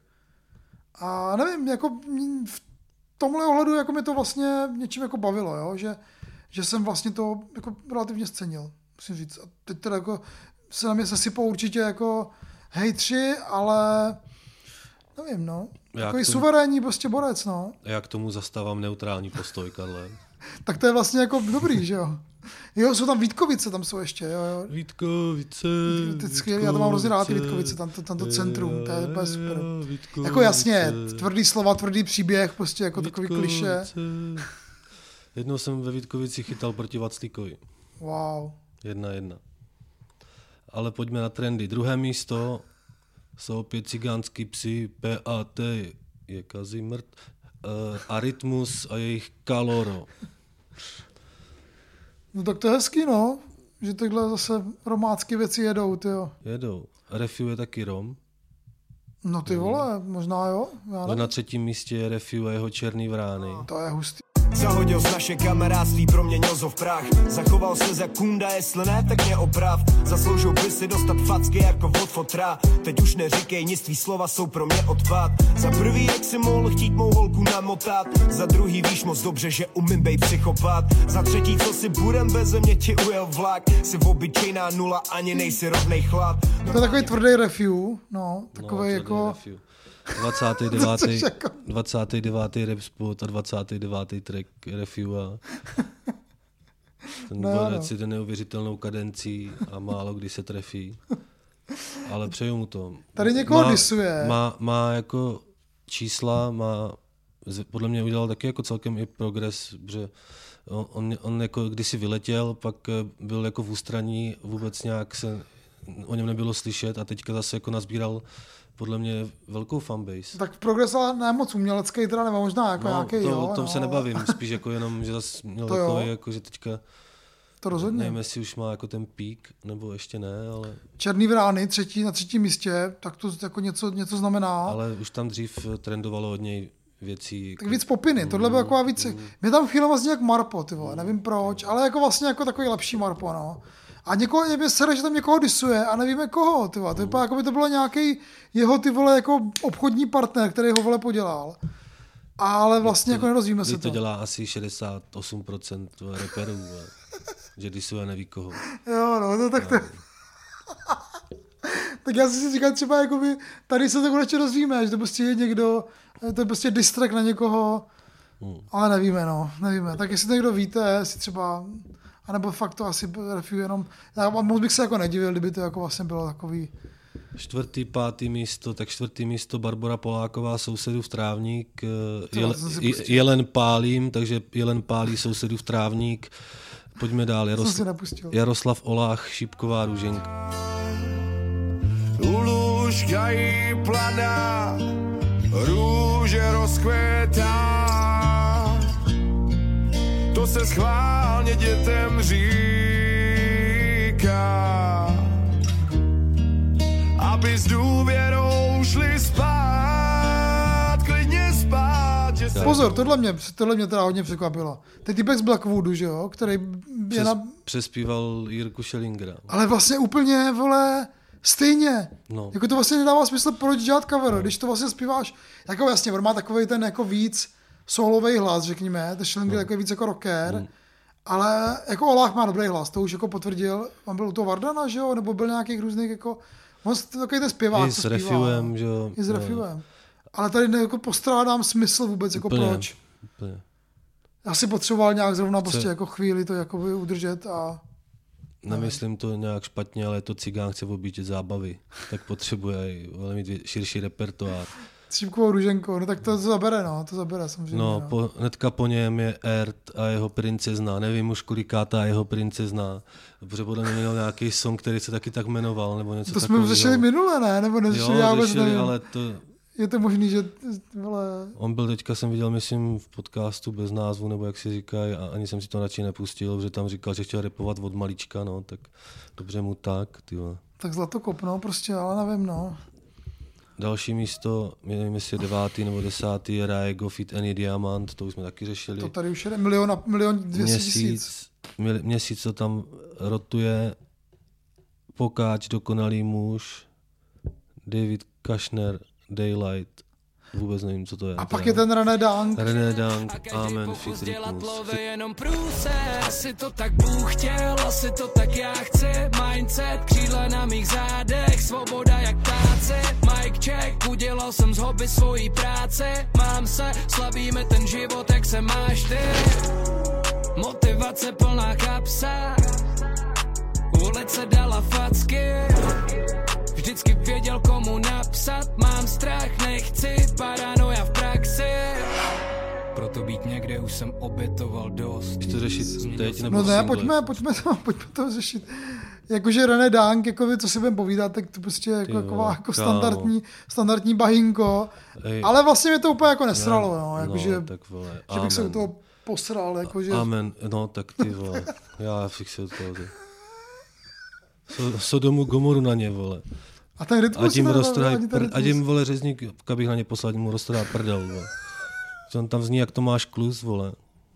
A nevím, jako v tomhle ohledu jako mě to vlastně něčím jako bavilo, jo, že, že jsem vlastně to jako relativně scenil, musím říct. A teď teda jako se na mě sesypou určitě jako hejtři, ale nevím, no. Takový tomu, suverénní prostě borec, no. Já k tomu zastávám neutrální postoj, Karle. Tak to je vlastně jako dobrý, že jo. Jo, jsou tam Vítkovice, tam jsou ještě, jo, jo. Vítkovice, Vítkovice. Já to mám hrozně rád, ty Vítkovice, tam to, tam to centrum, to je úplně super. Jako jasně, tvrdý slova, tvrdý příběh, prostě jako Vítkovice. Takový kliše. Jednou jsem ve Vítkovici chytal proti Vaclíkovi. Wow. Jedna jedna. Ale pojďme na trendy. Druhé místo jsou opět cigánský psi, P A T je Kazimrt, uh, Arytmus a jejich Kaloro. No tak to je hezký, no. Že takhle zase romácké věci jedou, tyjo. Jedou. Refiu je taky Rom. No ty vole, možná jo. Já na třetím místě je Refiu a jeho Černý vrány. To je hustý. Zahodil z naše kamarádství, proměnil zo v prach. Zachoval se za kunda, jestli ne, tak mě oprav. Zasloužil by si dostat facky jako od fotra. Teď už neříkej nic, tvý slova jsou pro mě odpad. Za prvý, jak si mohl chtít mou holku namotat. Za druhý, víš moc dobře, že umím bejt psychopat. Za třetí, co si budem, beze mě ti ujel vlak. Jsi obyčejná nula, ani nejsi rovnej chlap. No, to je takový tvrdý Refiu, no, takový no, jako... Refiu. dvacátý devátý dvacátý devátý Rap Spot a dvacátý devátý track Refiu a... Ten No, borec no. jde neuvěřitelnou kadencí a málo kdy se trefí. Ale přeju mu to. Tady někoho má, disuje. Má, má jako čísla, má, podle mě udělal taky jako celkem i progres, že on, on, on jako kdysi vyletěl, pak byl jako v ústraní, vůbec nějak se o něm nebylo slyšet a teďka zase jako nazbíral podle mě velkou fanbase. Tak progres ale ne moc umělecký, teda nebo možná jako No, nějaký, to, jo. o tom no, se nebavím, spíš jako jenom, že zase měl To takový, jo. jako že teďka, To rozhodně. nevím, jestli už má jako ten pík, nebo ještě ne, ale, Černý vrány, třetí, na třetím místě, tak to jako něco, něco znamená. ale už tam dřív trendovalo od něj věcí. Tak víc popiny, tohle byla taková víc, mě tam chvíle vlastně jak Marpo, ty vole, nevím proč, ale jako vlastně jako takový lepší Marpo, no. A někoho, mě sere, že tam někoho disuje a nevíme koho, ty vole, to vypadá, jako by to bylo nějaký jeho, ty vole, jako obchodní partner, který ho, vole, podělal. Ale vlastně jako nerozvíme se to. to. To dělá asi šedesát osm procent reperů, vole, že disuje neví koho. Jo, no, to tak to... Tak já si říkám třeba, jakoby, tady se to konečně rozvíme, že to prostě je někdo, to je prostě distrack na někoho, Hmm. ale nevíme, no, nevíme. Tak jestli to někdo víte, jestli třeba, anebo fakt to asi refuju jenom, já moc bych se jako nedivil, kdyby to jako vlastně bylo takový, Čtvrtý, pátý místo, tak čtvrtý místo Barbora Poláková, Sousedův trávník, To Jel, jsem si Je- pustil. Jelen Pálím, takže Jelen Pálí, Sousedův trávník. Pojďme dál, jsem si Jaros, nepustil. Jaroslav Olách, Šípková růženka. Lůžkají planá, růže rozkvétá. To se schválně dětem říká, aby s důvěrou šli spát, klidně spát, že se... Pozor, tohle mě, tohle mě teda hodně překvapilo. Ten týpek z Blackwoodu, že jo, který je Přes, na... Přespíval Jirku Schellingera. Ale vlastně úplně, vole, stejně. No. Jako to vlastně nedává smysl, proč dělat cover, no. Když to vlastně zpíváš, jako jasně, on má takový ten jako víc solový hlas, řekněme, ten Schillinger no. jako víc jako rocker, mm. ale jako Olách má dobrý hlas, to už jako potvrdil, on byl u toho Vardana, že jo, nebo byl nějakých různých jako, on je takový ten zpěvák, I co s Refuem, že jo. I s No. Refuem. Ale tady ne, jako postrádám smysl vůbec, jako Úplně, proč. úplně. Já si potřeboval nějak zrovna prostě Co? jako chvíli to jakoby udržet a... Nemyslím to nějak špatně, ale je to cigán chce objíždět zábavy, tak potřebuje i mít vě- širší repertoár. S šípkovou růženkou, no tak to zabere, no, to zabere samozřejmě. No, no. po, hnedka po něm je Ert a jeho princezna, nevím už kolikátá jeho princezna, protože podle mě měl nějaký song, který se taky tak jmenoval, nebo něco To jsme takového. řešili minule, ne? Nebo neřešili, já Jo, vůbec řešili, nevím. ale to, Je to možný, že vole, on byl teďka, jsem viděl, myslím, v podcastu bez názvu, nebo jak si říkají, a ani jsem si to radši nepustil, protože tam říkal, že chtěl rapovat od malička, no, tak dobře mu tak, ty vole. tak zlatokop, no prostě, ale nevím, no. Další místo, nevím, jestli je devátý nebo desátý, je Raego Fit Any Diamant, to už jsme taky řešili. To tady už je milion a milion dvěstě tisíc. Měsíc, mil- měsíc to tam rotuje, Pokáč, Dokonalý muž, David Kushner, Daylight, vůbec nevím, co to je. A pak je ten René Dank. René Dank, A každý Amen, pokus Fit dělat Rytmus. love jenom průse. Asi to tak Bůh chtěl, asi to tak já chci. Mindset, křídla na mých zádech, svoboda jak ptáce. Mic check, udělal jsem z hobby svojí práce. Mám se, slavíme ten život, jak se máš ty. Motivace plná kapsa, ulice dala facky. Vždycky věděl, komu napsat. Mám strach, nechci, paranoja v praxi. Proto být někde už jsem obětoval dost. Chceš to řešit teď nebo No ne, single? pojďme, pojďme to, pojďme to řešit. Jakože René Dank, jako co si budeme povídat, tak to prostě jako, Ty jako, vole, jako kámo. standardní, standardní bahinko. Ej. Ale vlastně mě to úplně jako nesralo, no, jakože, no, tak vole, že bych se u amen. toho posral, jakože... Amen, no tak ty vole, já fixuju to. Ty. So, Sodomu Gomoru na ně, vole. A ten rytmus... Ať jim teda- roztrhaj, ani ten pr- rytmus. ať jim, vole, řezník, kabych na ně poslal, ať mu roztrhá prdel, vole. On tam zní, jak Tomáš Klus, vole.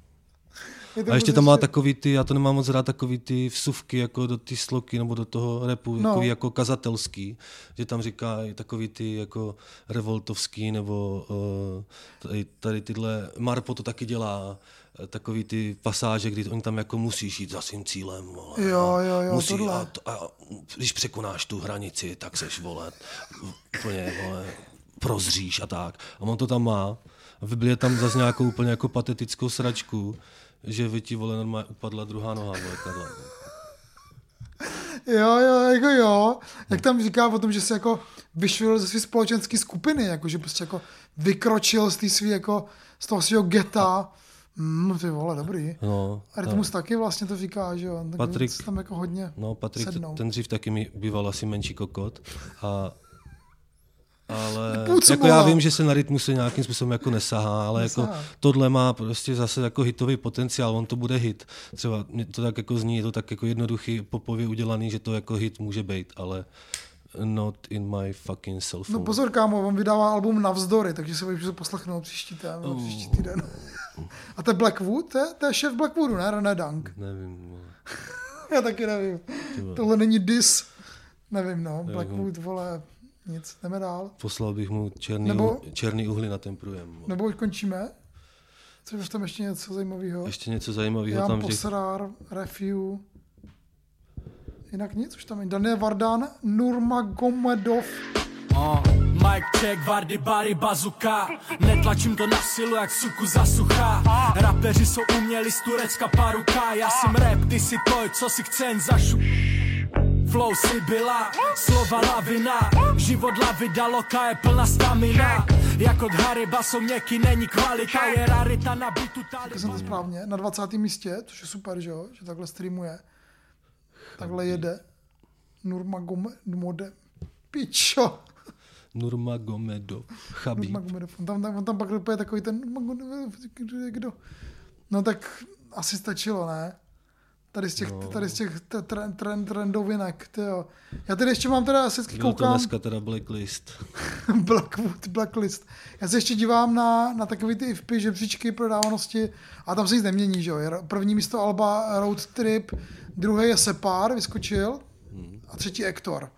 Je to A ještě tam má prostě- takový ty, já to nemám moc rád, takový ty vsuvky jako do ty sloky nebo do toho rapu, No. takový jako kazatelský, že tam říká i takový ty jako revoltovský nebo uh, tady, tady tyhle, Marpo to taky dělá, eh, takový ty pasáže, kdy oni tam jako musíš jít za svým cílem, vole. Jo, jo, jo, Musí, tohle. a, to- a když překonáš tu hranici, tak seš, vole, úplně, vole, prozříš a tak. A on to tam má. A vybije tam zase nějakou úplně jako patetickou sračku, že by ti, vole, normálně upadla druhá noha, vole, Karla. Jo, jo, jako jo. Jak tam říká o tom, že se jako vyšvil ze své společenské skupiny, jako že prostě jako vykročil z té svý, jako z toho svého geta. Mm, ty vole, dobrý. No, a Rytmus taky vlastně to říká, že jo. Patrik, tam jako hodně no, Patrik, sednou. ten dřív taky mi býval asi menší kokot. A ale Půjc, jako já vím, že se na Rytmuse nějakým způsobem jako nesahá, ale nesahá. jako tohle má prostě zase jako hitový potenciál, on to bude hit. Třeba to tak jako zní, je to tak jako jednoduchý popově udělaný, že to jako hit může být, ale not in my fucking cell phone. No pozor, kámo, on vydává album Navzdory, takže se můžu poslechnout příští, tém, uh. příští týden. A to je Blackwood? To je, to je šéf Blackwoodu, ne? René Dunk. Nevím. Já taky nevím. Tohle není dis. Nevím, no. Nevím. Blackwood, vole, nic, jdeme dál. Poslal bych mu černý, nebo, uh, černý uhly na temprujem. Nebo už končíme? Což tam ještě něco zajímavého? Ještě něco zajímavého Jan tam Posrár, Refiu. Jinak nic, už tam je Daniel Vardan, Nurmagomedov. Oh, Mike check, Vardy, Bary, Bazuka. Netlačím to na silu, jak suku zasuchá. Rapeři jsou uměli z Turecka paruka. Já jsem rap, ty si toj, co si chce jen zašu. Flow si byla, slova lavina. Život lavida, loka je plná stamina. Jak od Hariba jsou měkky, není kvalita. Je rarita na bitu tali. Jsem to správně, na dvacátém místě, což je super, že jo, že takhle streamuje. Takhle jede. Nurmagomedov. Pičo. Nurmagomedov. Chabib. Nurmagomedov. On tam, on tam pak dopoje takový ten Nurmagomedov. Kdo? No tak asi stačilo, ne? Tady z těch, no. tady z těch trend, trend, trendovinek, tyjo. Já tady ještě mám teda asi koukám... Byl to dneska teda Blacklist. Blackwood, Blacklist. Já se ještě dívám na, na takový ty ifpy, žebříčky prodávanosti a tam se nic nemění, že jo. První místo alba Road Trip, druhý je Separ, vyskočil a třetí Hector.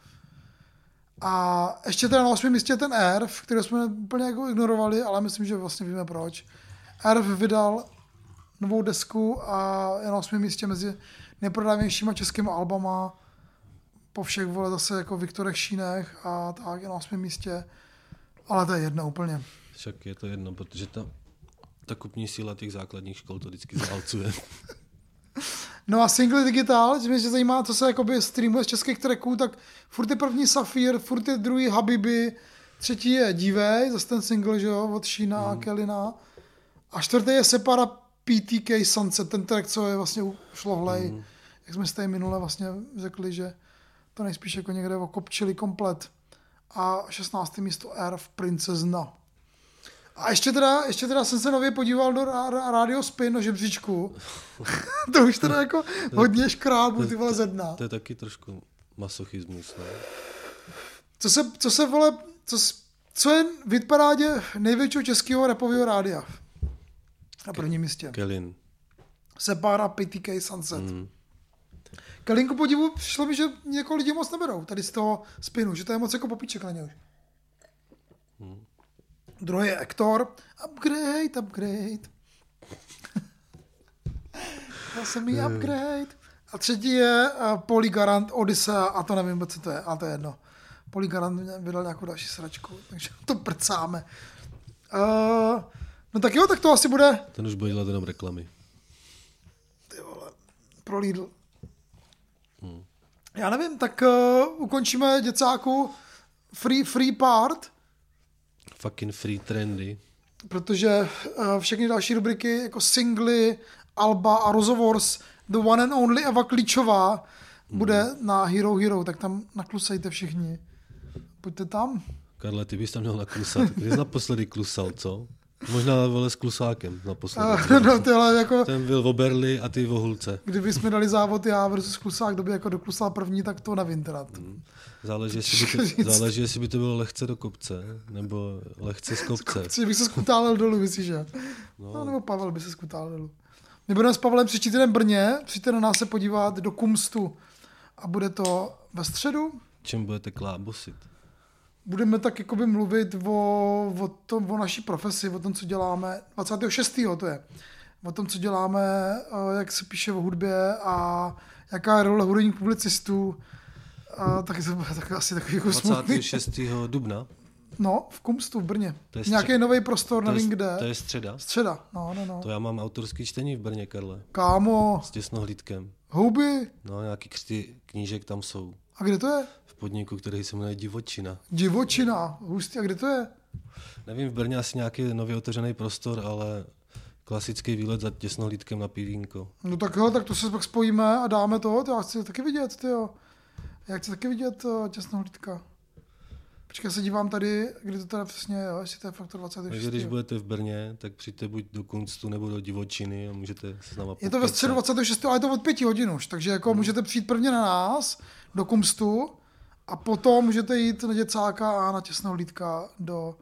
A ještě teda na osmém místě ten Erv, který jsme úplně jako ignorovali, ale myslím, že vlastně víme proč. Erv vydal novou desku a je na osmém místě mezi nejprodávanějšíma českými albama po všech, vole, zase jako Viktorech Šínech a tak je na osmém místě. Ale to je jedno úplně. Však je to jedno, protože ta, ta kupní síla těch základních škol to vždycky zvalcuje. No a Single Digital, že mě se zajímá, co se jakoby streamuje z českých tracků, tak furt je první Safír, furt je druhý Habibi, třetí je Dívej, zase ten single, že jo, od Šína mm. a Kelina. A čtvrtý je Separa P T K Sunset, ten track, co je vlastně šlohlej. Mm. Jak jsme si tady minule vlastně řekli, že to nejspíš jako někde okopčili komplet. A šestnácté místo Erv Princezna. A ještě teda, ještě teda jsem se nově podíval do Radio Spin, do žebříčku. To už teda jako hodně škrábu, ty vole, ze dna. To je taky trošku masochismus, ne? Co se, co se vole, co, co je v hitparádě největšího českého rapového rádia? Na prvním místě. Kelin. Separa P T K Sunset. Mm. Kelinku podivu přišlo mi, že někoho lidi moc neberou tady z toho Spinu, že to je moc jako popíček na něj. Mm. Druhý je Hector. Upgrade, upgrade. Zase mi upgrade. A třetí je uh, Polygarant Odyssea, a to nevím, co to je, ale to je jedno. Polygarant mě vydal nějakou další sračku, takže to prcáme. Uh, no tak jo, tak to asi bude... Ten už bude dělat jenom reklamy. Ty vole, pro Lidl. Hmm. Já nevím, tak uh, ukončíme děcáku free, free part. Fucking free trendy. Protože uh, všechny další rubriky, jako singly, alba a rozhovor s The One and Only Eva Klíčová, mm. bude na Hero Hero, tak tam naklusejte všichni. Pojďte tam. Karle, ty bys tam měl naklusat. Kdy jsi naposledy klusal, co? Možná vole s klusákem naposledy. Uh, no, tyhle, jako, ten byl v Oberli a ty v Ohulce. Kdyby jsme dali závod já versus klusák, kdo by jako doklusal první, tak to nevím teda. Mm. Záleží, jestli by, to, záleží, jestli by to bylo lehce do kopce, nebo lehce z kopce. Z kopce bych se skutálel dolů, myslíš, že? No. no, nebo Pavel by se skutálel dolů. My budeme s Pavlem příští týden v Brně, přijďte na nás se podívat do Kumstu a bude to ve středu. Čem budete klábosit? Budeme tak jakoby mluvit o, o, tom, o naší profesi, o tom, co děláme, dvacátého šestého to je, o tom, co děláme, jak se píše o hudbě a jaká je role hudebních publicistů. A taky to bude tak, asi takový jako smutný. dvacátého šestého dubna? No, v Kumstu v Brně. To je Nějaký střed- nový prostor, To nevím je, kde. to je středa? Středa, no, no, no. To já mám autorský čtení v Brně, Karle. Kámo, S těsnohlídkem. houby. No, nějaký křty knížek tam jsou. A kde to je? V podniku, který se jmenuje Divočina. Divočina. Hustý, a kde to je? Nevím, v Brně asi nějaký nově otevřený prostor, ale klasický výlet za těsnohlídkem na pivínko. No tak hele, tak to se pak spojíme a dáme to. Já chci taky vidět, tyjo. Já chci taky vidět uh, těsnohlídka. Počkej, se dívám tady, kdy to teda přesně je, jo, jestli to je fakt dvacátého šestého Takže když budete v Brně, tak přijďte buď do Kunstu nebo do Divočiny a můžete se s náma Je to ve středu dvacátého šestého ale je to od pěti hodin už, takže jako hmm. můžete přijít prvně na nás, do Kumstu, a potom můžete jít na Děcáka a na Těsnohlídka do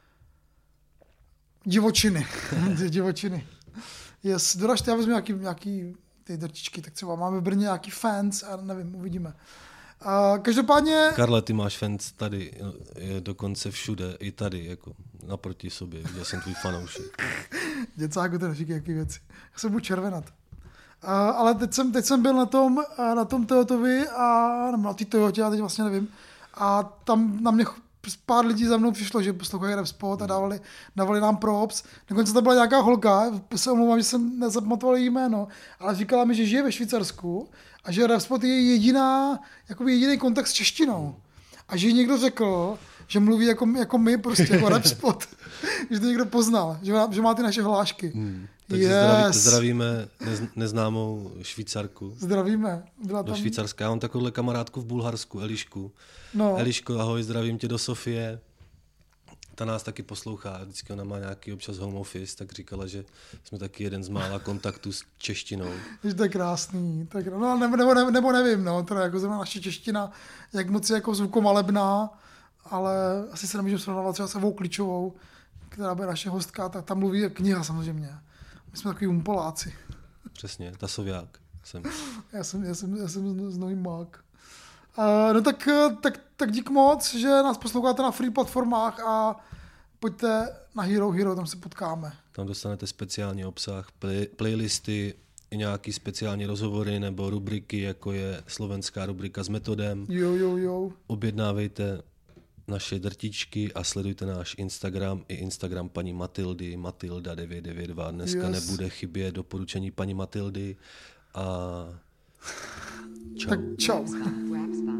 Divočiny. Divočiny. Yes, doražte, já vezmu nějaký, nějaký ty drtičky, tak třeba máme v Brně nějaký fans a nevím, uvidíme. Uh, každopádně... Karle, ty máš fans tady, je dokonce všude, i tady, jako naproti sobě, viděl jsem tvůj fanoušek. Děcáku, to neříkej, jaký věci. Já se budu červenat. Uh, ale teď jsem, teď jsem byl na tom, uh, na tom Toyotovi a nebo na té Toyotě, já teď vlastně nevím. A tam na mě pár lidí za mnou přišlo, že poslouchají Rap Spot a dávali, dávali nám props. Dokonce tam byla nějaká holka, se omlouvám, že jsem nezapamatoval její jméno, ale říkala mi, že žije ve Švýcarsku a že Rap Spot je jediná, jakoby jediný kontakt s češtinou. A že jí někdo řekl, že mluví jako, jako my, prostě jako Rap Spot. Že to někdo poznal, že má, že má ty naše hlášky. Hmm. Takže yes. zdraví, zdravíme nez, neznámou Švýcarku. Zdravíme. Byla Do tam... Švýcarska. Já mám takovouhle kamarádku v Bulharsku, Elišku. No. Eliško, ahoj, zdravím tě do Sofie. Ta nás taky poslouchá. Vždycky ona má nějaký občas home office, tak říkala, že jsme taky jeden z mála kontaktů s češtinou. Že to je krásný. Tak, no, nebo, nebo, nebo, nebo nevím, no, teda jako zrovna naše čeština, jak moc je jako zvukomalebná, ale asi se nemůžeme srovnávat třeba s Evou Klíčovou, která bude naše hostka, tak tam mluví kniha samozřejmě. My jsme takový umpoláci. Přesně, ta Sověák jsem. Já jsem, já jsem, já jsem znový mák. Uh, no tak, tak, tak dík moc, že nás posloucháte na free platformách a pojďte na Hero Hero, tam se potkáme. Tam dostanete speciální obsah, play, playlisty, i nějaký speciální rozhovory nebo rubriky, jako je slovenská rubrika s Metodem. Jo, jo, jo. Objednávejte naše drtičky a sledujte náš Instagram i Instagram paní Matildy, Matilda devět devět dva. Dneska Yes. nebude chybět doporučení paní Matildy a čau. Tak čau. Rap Spot.